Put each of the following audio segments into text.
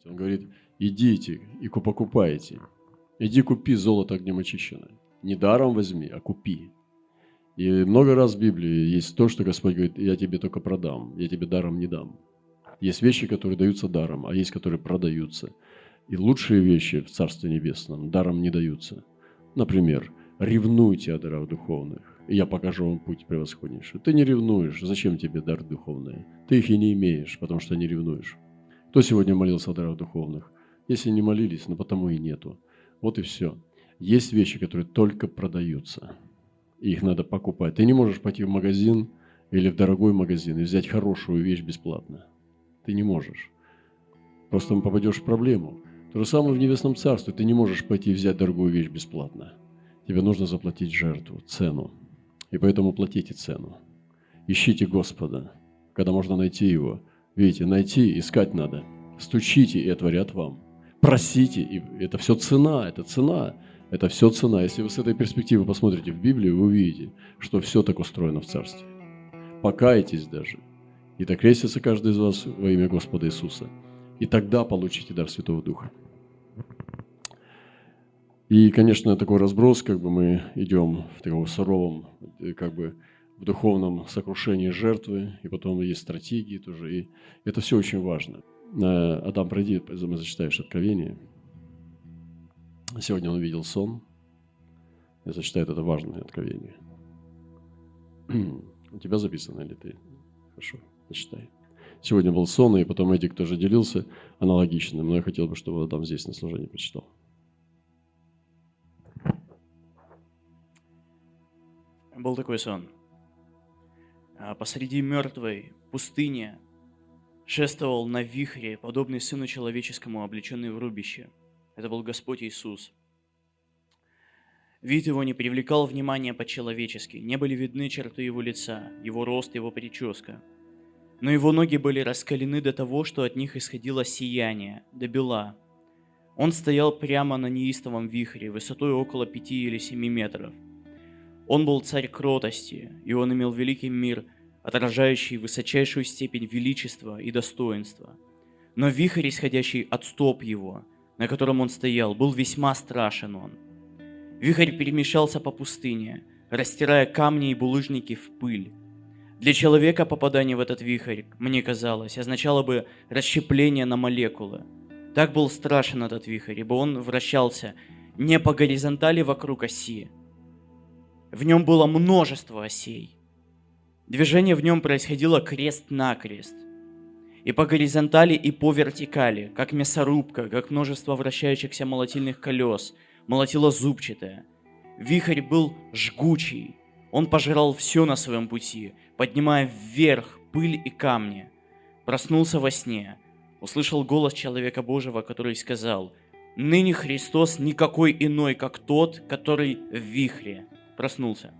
Он говорит, идите и покупайте. Иди купи золото огнем очищенное. Не даром возьми, а купи. И много раз в Библии есть то, что Господь говорит, я тебе только продам, я тебе даром не дам. Есть вещи, которые даются даром, а есть, которые продаются. И лучшие вещи в Царстве Небесном даром не даются. Например, ревнуйте о дарах духовных, и я покажу вам путь превосходнейший. Ты не ревнуешь, зачем тебе дар духовные? Ты их и не имеешь, потому что не ревнуешь. Кто сегодня молился о дарах духовных? Если не молились, но потому и нету. Вот и все. Есть вещи, которые только продаются, и их надо покупать. Ты не можешь пойти в магазин или в дорогой магазин и взять хорошую вещь бесплатно. Ты не можешь. Просто попадешь в проблему. То же самое в Небесном Царстве. Ты не можешь пойти и взять дорогую вещь бесплатно. Тебе нужно заплатить жертву, цену. И поэтому платите цену. Ищите Господа, когда можно найти Его. Видите, найти, искать надо. Стучите, и отворят вам. Просите, и это все цена, это цена. Это все цена. Если вы с этой перспективы посмотрите в Библию, вы увидите, что все так устроено в Царстве. Покайтесь даже. И так крестится каждый из вас во имя Господа Иисуса. И тогда получите дар Святого Духа. И, конечно, такой разброс, мы идем в таком суровом, в духовном сокрушении жертвы, и потом есть стратегии тоже, и это все очень важно. Адам, пройди, зачитаешь Откровение. Сегодня он увидел сон. Я зачитаю, это важное откровение. У тебя записано или ты? Хорошо, зачитай. Сегодня был сон, и потом Эдик тоже делился аналогичным, но я хотел бы, чтобы Адам здесь на служении прочитал. Был такой сон. Посреди мертвой пустыни шествовал на вихре, подобный Сыну Человеческому, облеченный в рубище. Это был Господь Иисус. Вид его не привлекал внимания по-человечески, не были видны черты его лица, его рост, его прическа. Но его ноги были раскалены до того, что от них исходило сияние, до бела. Он стоял прямо на неистовом вихре, высотой около 5 или 7 метров. Он был царь кротости, и он имел великий мир, отражающий высочайшую степень величества и достоинства. Но вихрь, исходящий от стоп его, на котором он стоял, был весьма страшен он. Вихрь перемещался по пустыне, растирая камни и булыжники в пыль. Для человека попадание в этот вихрь, мне казалось, означало бы расщепление на молекулы. Так был страшен этот вихрь, ибо он вращался не по горизонтали вокруг оси. В нем было множество осей. Движение в нем происходило крест-накрест. И по горизонтали, и по вертикали, как мясорубка, как множество вращающихся молотильных колес, молотило зубчатое. Вихрь был жгучий. Он пожирал все на своем пути, поднимая вверх пыль и камни. Проснулся во сне, услышал голос человека Божьего, который сказал: «Ныне Христос никакой иной, как тот, который в вихре». Проснулся.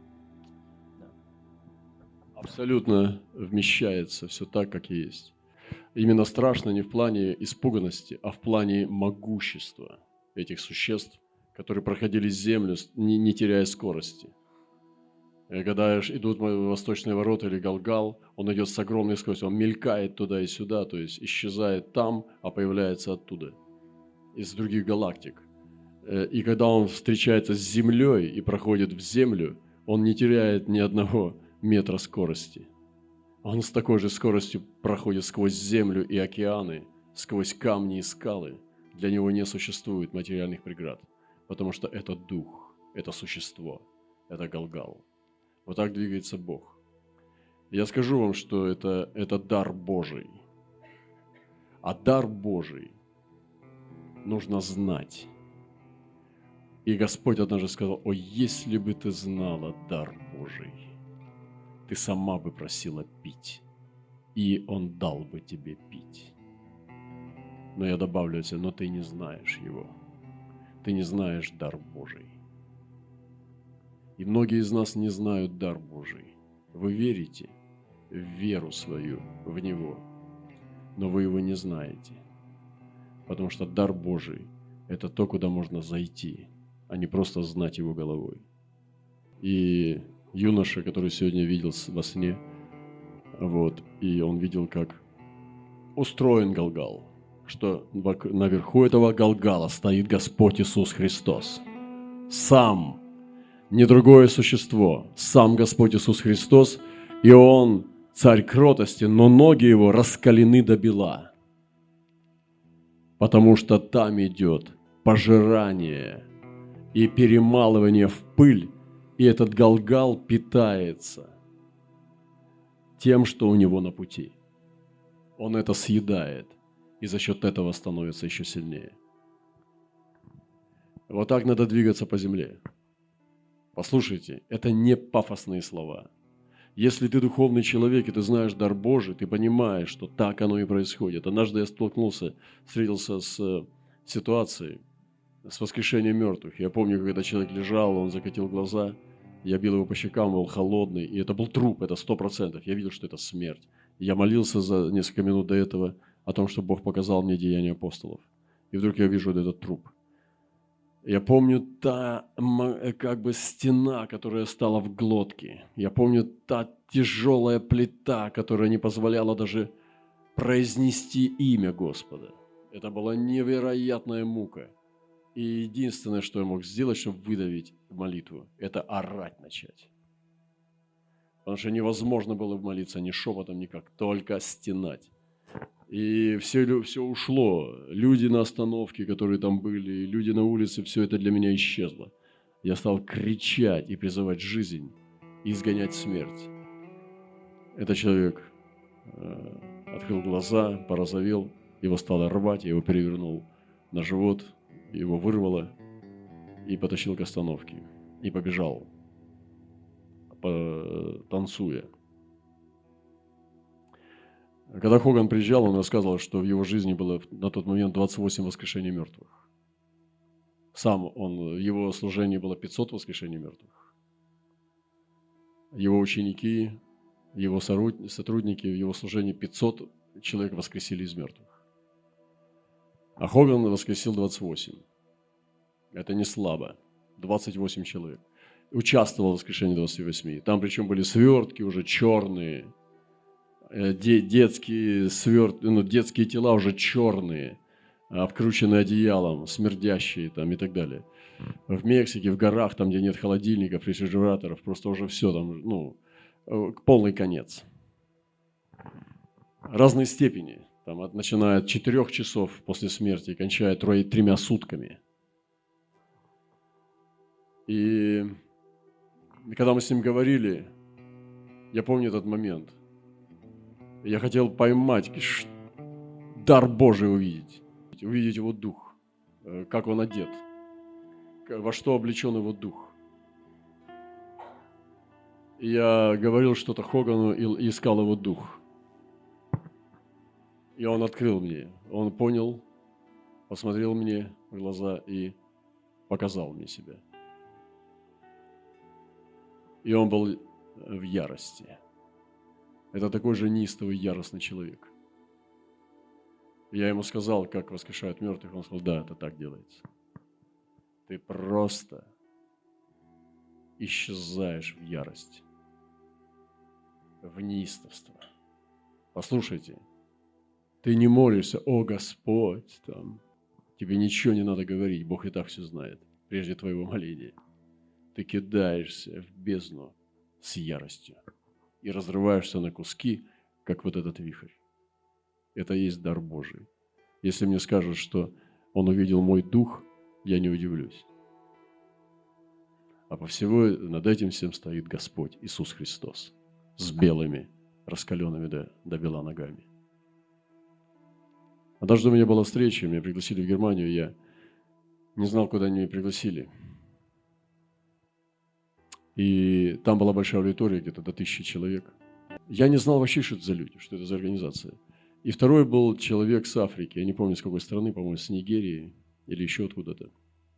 Абсолютно вмещается все так, как и есть. Именно страшно не в плане испуганности, а в плане могущества этих существ, которые проходили землю, не теряя скорости. И когда идут в Восточные ворота или Галгал, он идет с огромной скоростью, он мелькает туда и сюда, то есть исчезает там, а появляется оттуда, из других галактик. И когда он встречается с Землей и проходит в Землю, он не теряет ни одного метра скорости. Он с такой же скоростью проходит сквозь Землю и океаны, сквозь камни и скалы. Для него не существует материальных преград, потому что это дух, это существо, это Галгал. Вот так двигается Бог. Я скажу вам, что это дар Божий. А дар Божий нужно знать. И Господь однажды сказал: «О, если бы ты знала дар Божий, ты сама бы просила пить, и Он дал бы тебе пить». Но я добавлю тебе: но ты не знаешь его. Ты не знаешь дар Божий. И многие из нас не знают дар Божий. Вы верите в веру свою в Него, но вы его не знаете. Потому что дар Божий – это то, куда можно зайти, а не просто знать его головой. И юноша, который сегодня видел во сне, и он видел, как устроен Галгал. что наверху этого Галгала стоит Господь Иисус Христос. Сам, не другое существо, сам Господь Иисус Христос, и Он царь кротости, но ноги Его раскалены до бела, потому что там идет пожирание и перемалывание в пыль, и этот Галгал питается тем, что у него на пути. Он это съедает, и за счет этого становится еще сильнее. Вот так надо двигаться по земле. Послушайте, это не пафосные слова. Если ты духовный человек, и ты знаешь дар Божий, ты понимаешь, что так оно и происходит. Однажды я встретился с ситуацией, с воскрешением мертвых. Я помню, когда человек лежал, он закатил глаза, я бил его по щекам, он был холодный, и это был труп, это 100%. Я видел, что это смерть. Я молился за несколько минут до этого о том, что Бог показал мне деяния апостолов. И вдруг я вижу этот труп. Я помню как бы стена, которая стала в глотке. Я помню та тяжелая плита, которая не позволяла даже произнести имя Господа. Это была невероятная мука. И единственное, что я мог сделать, чтобы выдавить молитву, это орать начать. Потому что невозможно было молиться ни шепотом, никак, только стенать. И все ушло. Люди на остановке, которые там были, люди на улице, все это для меня исчезло. Я стал кричать и призывать жизнь, и изгонять смерть. Этот человек открыл глаза, порозовел, его стало рвать, я его перевернул на живот, его вырвало и потащил к остановке. И побежал, танцуя. Когда Хоган приезжал, он рассказывал, что в его жизни было на тот момент 28 воскрешений мертвых. В его служении было 500 воскрешений мертвых. Его ученики, его сотрудники, в его служении 500 человек воскресили из мертвых. А Хоган воскресил 28. Это не слабо. 28 человек. Участвовал в воскрешении 28. Там причем были свертки уже черные, детские тела уже черные, обкрученные одеялом, смердящие там и так далее. В Мексике, в горах, там, где нет холодильников, рефрижераторов, просто уже все там, полный конец. Разные степени. Там, начиная от 4 часов после смерти и кончая 3 сутками. И когда мы с ним говорили, я помню этот момент. Я хотел поймать, дар Божий увидеть его дух, как он одет, во что облечен его дух. И я говорил что-то Хогану и искал его дух. И он открыл мне, он понял, посмотрел мне в глаза и показал мне себя. И он был в ярости. Это такой же неистовый, яростный человек. Я ему сказал, как воскрешают мертвых. Он сказал, да, это так делается. Ты просто исчезаешь в ярости, в неистовство. Послушайте, ты не молишься, о Господь, там, тебе ничего не надо говорить, Бог и так все знает, прежде твоего моления. Ты кидаешься в бездну с яростью и разрываешься на куски, как вот этот вихрь. Это и есть дар Божий. Если мне скажут, что он увидел мой дух, я не удивлюсь. А по всему над этим всем стоит Господь Иисус Христос с белыми, раскаленными до бела ногами. Однажды у меня была встреча, меня пригласили в Германию, я не знал, куда они меня пригласили. И там была большая аудитория, где-то до 1000 человек. Я не знал вообще, что это за люди, что это за организация. И второй был человек с Африки, я не помню, с какой страны, по-моему, с Нигерии или еще откуда-то.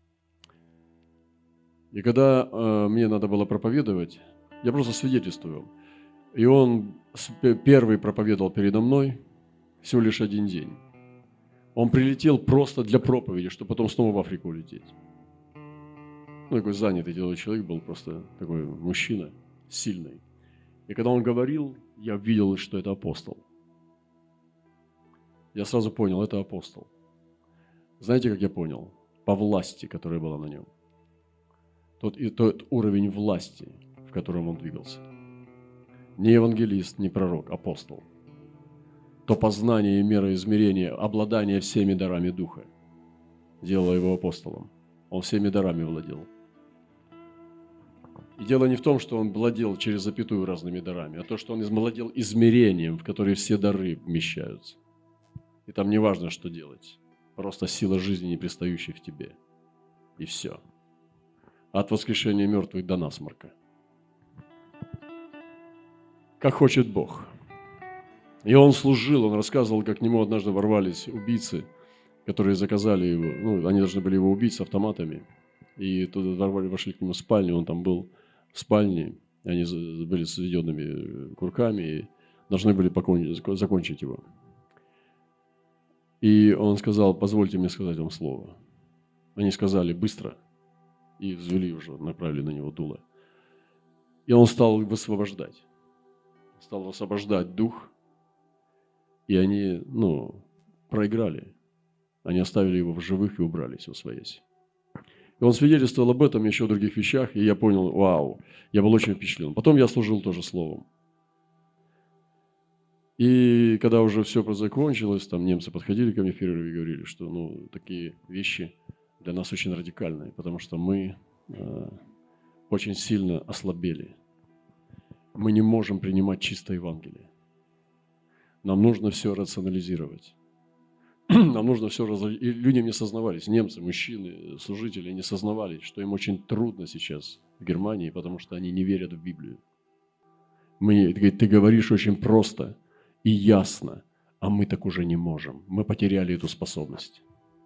И когда мне надо было проповедовать, я просто свидетельствовал. И он первый проповедовал передо мной всего лишь 1 день. Он прилетел просто для проповеди, чтобы потом снова в Африку улететь. Такой занятый деловой человек был, просто такой мужчина, сильный. И когда он говорил, я видел, что это апостол. Я сразу понял, это апостол. Знаете, как я понял? По власти, которая была на нем. Тот уровень власти, в котором он двигался. Не евангелист, не пророк, апостол. То познание и мера измерения, обладание всеми дарами Духа делало его апостолом. Он всеми дарами владел. И дело не в том, что он владел через запятую разными дарами, а то, что он владел измерением, в которое все дары вмещаются. И там не важно, что делать. Просто сила жизни, не пристающая в тебе. И все. От воскрешения мертвых до насморка. Как хочет Бог. И он служил, он рассказывал, как к нему однажды ворвались убийцы, которые заказали его. Они должны были его убить с автоматами. И туда вошли к нему в спальню, он там был в спальне. Они были с заведенными курками и должны были закончить его. И он сказал: позвольте мне сказать вам слово. Они сказали: быстро. И взвели уже, направили на него дуло. И он стал высвобождать. Стал высвобождать дух. И они, проиграли. Они оставили его в живых и убрались во своясь. И он свидетельствовал об этом еще в других вещах, и я понял: вау, я был очень впечатлен. Потом я служил тоже словом. И когда уже все закончилось, там немцы подходили ко мне в перерыве и говорили, что такие вещи для нас очень радикальные, потому что мы очень сильно ослабели. Мы не можем принимать чистое Евангелие. Нам нужно все рационализировать. Нам нужно все разложить. И люди не сознавались, немцы, мужчины, служители не сознавались, что им очень трудно сейчас в Германии, потому что они не верят в Библию. Ты говоришь очень просто и ясно, а мы так уже не можем. Мы потеряли эту способность.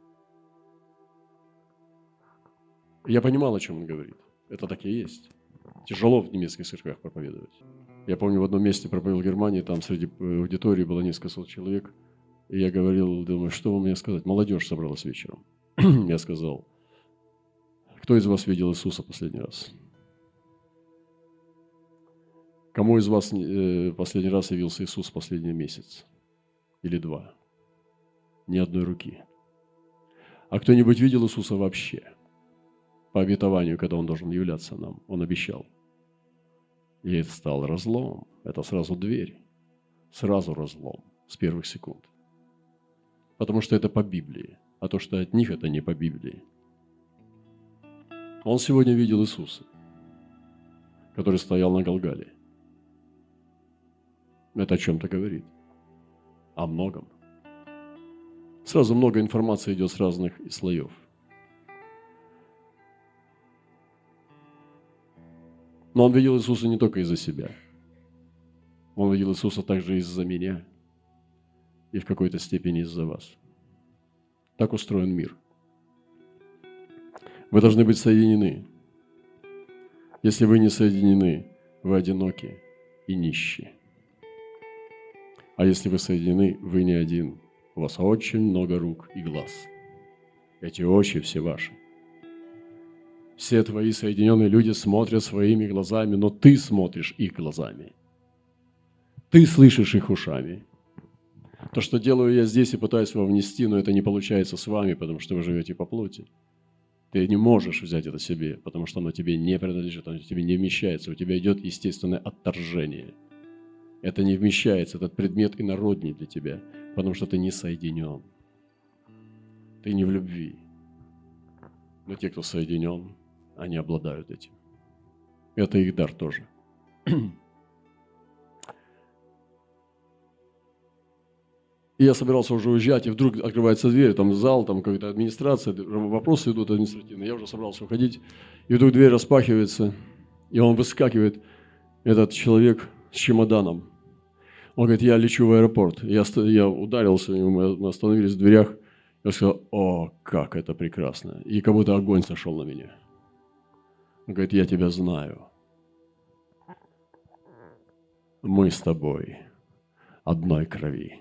Я понимал, о чем он говорит. Это так и есть. Тяжело в немецких церквях проповедовать. Я помню, в одном месте проповедовал в Германии, там среди аудитории было несколько сот человек. И я говорил, думаю, что вам мне сказать? Молодежь собралась вечером. Я сказал: кто из вас видел Иисуса последний раз? Кому из вас последний раз явился Иисус последний месяц? Или 2? Ни одной руки. А кто-нибудь видел Иисуса вообще? По обетованию, когда Он должен являться нам, Он обещал. И это стал разлом. Это сразу дверь. Сразу разлом. С первых секунд. Потому что это по Библии. А то, что от них, это не по Библии. Он сегодня видел Иисуса, который стоял на Голгофе. Это о чем-то говорит. О многом. Сразу много информации идет с разных слоев. Но он видел Иисуса не только из-за себя. Он видел Иисуса также из-за меня и в какой-то степени из-за вас. Так устроен мир. Вы должны быть соединены. Если вы не соединены, вы одиноки и нищие. А если вы соединены, вы не один. У вас очень много рук и глаз. Эти очи все ваши. Все твои соединенные люди смотрят своими глазами, но ты смотришь их глазами. Ты слышишь их ушами. То, что делаю я здесь и пытаюсь его внести, но это не получается с вами, потому что вы живете по плоти. Ты не можешь взять это себе, потому что оно тебе не принадлежит, оно тебе не вмещается. У тебя идет естественное отторжение. Это не вмещается, этот предмет инородний для тебя, потому что ты не соединен. Ты не в любви. Но те, кто соединен, они обладают этим. Это их дар тоже. И я собирался уже уезжать, и вдруг открывается дверь, там зал, там какая-то администрация, вопросы идут административные. Я уже собрался уходить, и вдруг дверь распахивается, и он выскакивает, этот человек с чемоданом. Он говорит: я лечу в аэропорт. Я ударился, мы остановились в дверях. Я сказал: о, как это прекрасно. И как будто огонь сошел на меня. Он говорит: я тебя знаю. Мы с тобой одной крови.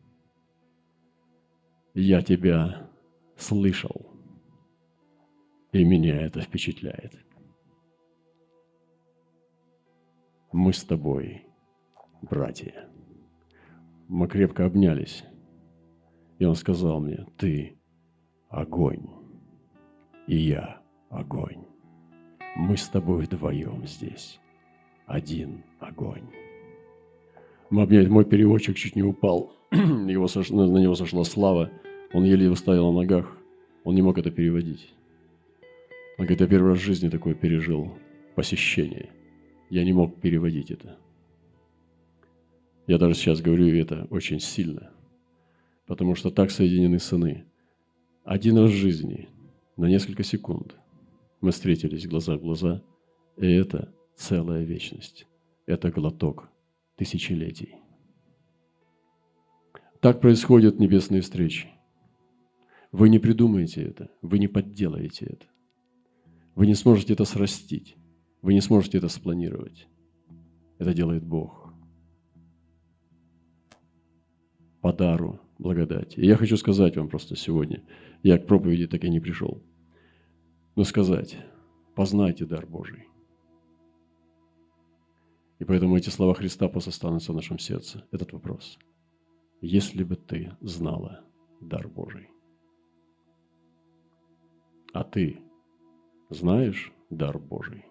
Я тебя слышал, и меня это впечатляет. Мы с тобой братья. Мы крепко обнялись. И Он сказал мне: ты огонь, и я огонь. Мы с тобой вдвоем здесь. Один огонь. Мы обнялись, мой переводчик чуть не упал. На него сошла слава. Он еле устоял на ногах. Он не мог это переводить. Он говорит: я первый раз в жизни такое пережил посещение. Я не мог переводить это. Я даже сейчас говорю это очень сильно. Потому что так соединены сыны. Один раз в жизни, на несколько секунд, мы встретились глаза в глаза, и это целая вечность. Это глоток тысячелетий. Так происходят небесные встречи. Вы не придумаете это, вы не подделаете это. Вы не сможете это срастить, вы не сможете это спланировать. Это делает Бог. По дару благодати. И я хочу сказать вам просто сегодня, я к проповеди так и не пришел, но сказать: познайте дар Божий. И поэтому эти слова Христа просто останутся в нашем сердце. Этот вопрос: если бы ты знала дар Божий, а ты знаешь дар Божий?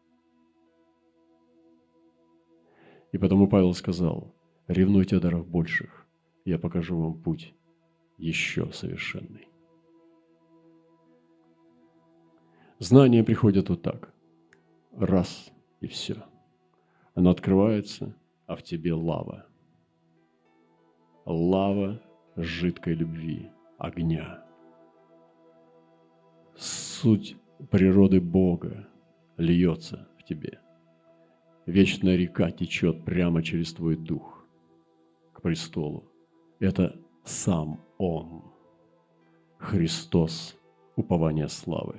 И потому Павел сказал: ревнуйте о дарах больших, я покажу вам путь еще совершенный. Знания приходят вот так. Раз и все. Оно открывается, а в тебе лава. Лава жидкой любви, огня. Суть природы Бога льется в тебе. Вечная река течет прямо через твой дух к престолу. Это сам Он, Христос, упование славы.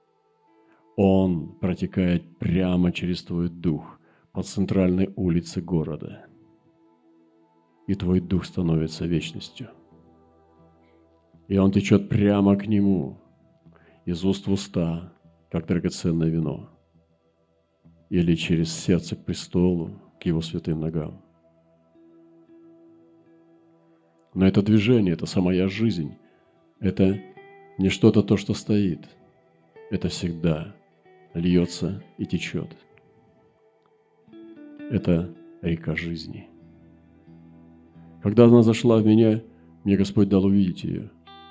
Он протекает прямо через твой дух по центральной улице города. И твой дух становится вечностью. И он течет прямо к Нему, из уст в уста, как драгоценное вино, или через сердце к престолу, к Его святым ногам. Но это движение, это самая жизнь, это не что-то то, что стоит, это всегда льется и течет. Это река жизни. Когда она зашла в меня, мне Господь дал увидеть ее.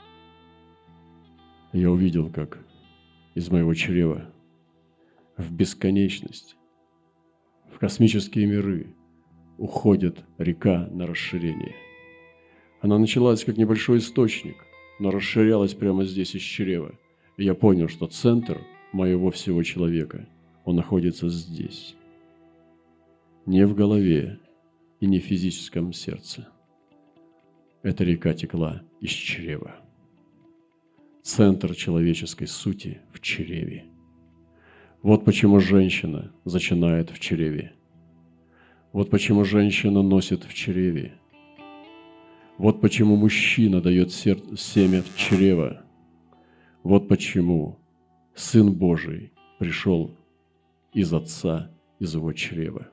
Я увидел, как из моего чрева в бесконечность, в космические миры уходит река на расширение. Она началась как небольшой источник, но расширялась прямо здесь из чрева. И я понял, что центр моего всего человека, он находится здесь. Не в голове и не в физическом сердце. Эта река текла из чрева. Центр человеческой сути в чреве. Вот почему женщина зачинает в чреве. Вот почему женщина носит в чреве. Вот почему мужчина дает семя в чрево. Вот почему Сын Божий пришел из Отца, из Его чрева.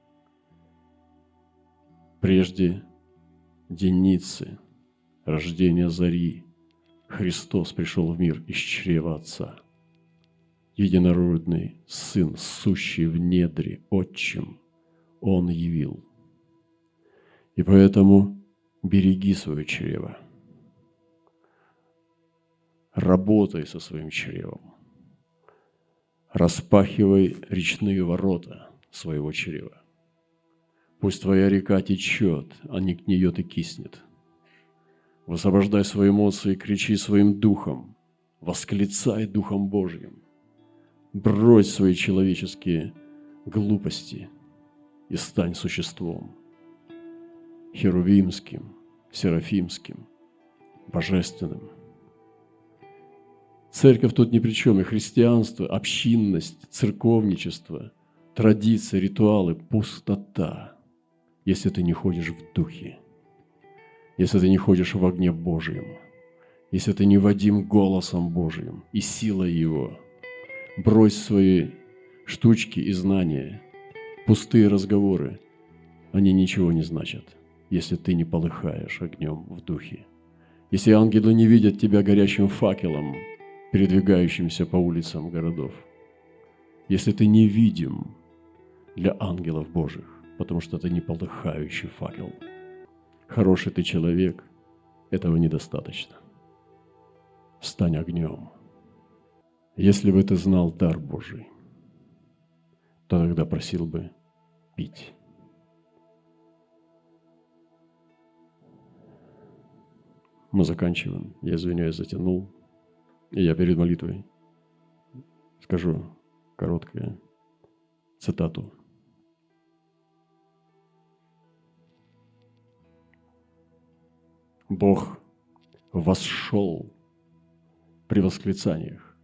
Прежде деницы, рождения зари, Христос пришел в мир из чрева Отца. Единородный Сын, сущий в недре Отчим, Он явил. И поэтому береги свое чрево. Работай со своим чревом. Распахивай речные ворота своего чрева. Пусть твоя река течет, а не гниет и киснет. Высвобождай свои эмоции, кричи своим духом, восклицай Духом Божьим. Брось свои человеческие глупости и стань существом херувимским, серафимским, божественным. Церковь тут ни при чем, и христианство, общинность, церковничество, традиции, ритуалы – пустота, если ты не ходишь в духе, если ты не ходишь в огне Божьем, если ты не водим голосом Божьим и силой Его. Брось свои штучки и знания, пустые разговоры, они ничего не значат, если ты не полыхаешь огнем в духе, Если ангелы не видят тебя горящим факелом, передвигающимся по улицам городов, если ты невидим для ангелов Божьих, потому что ты не полыхающий факел, хороший ты человек, этого недостаточно. Стань огнем. Если бы ты знал дар Божий, то тогда просил бы пить. Мы заканчиваем. Я извиняюсь, затянул. И я перед молитвой скажу короткую цитату. Бог восшел при восклицаниях.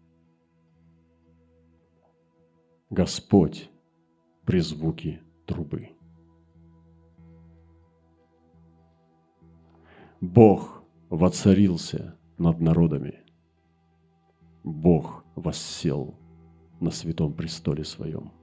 Господь при звуке трубы. Бог воцарился над народами. Бог воссел на святом престоле своем.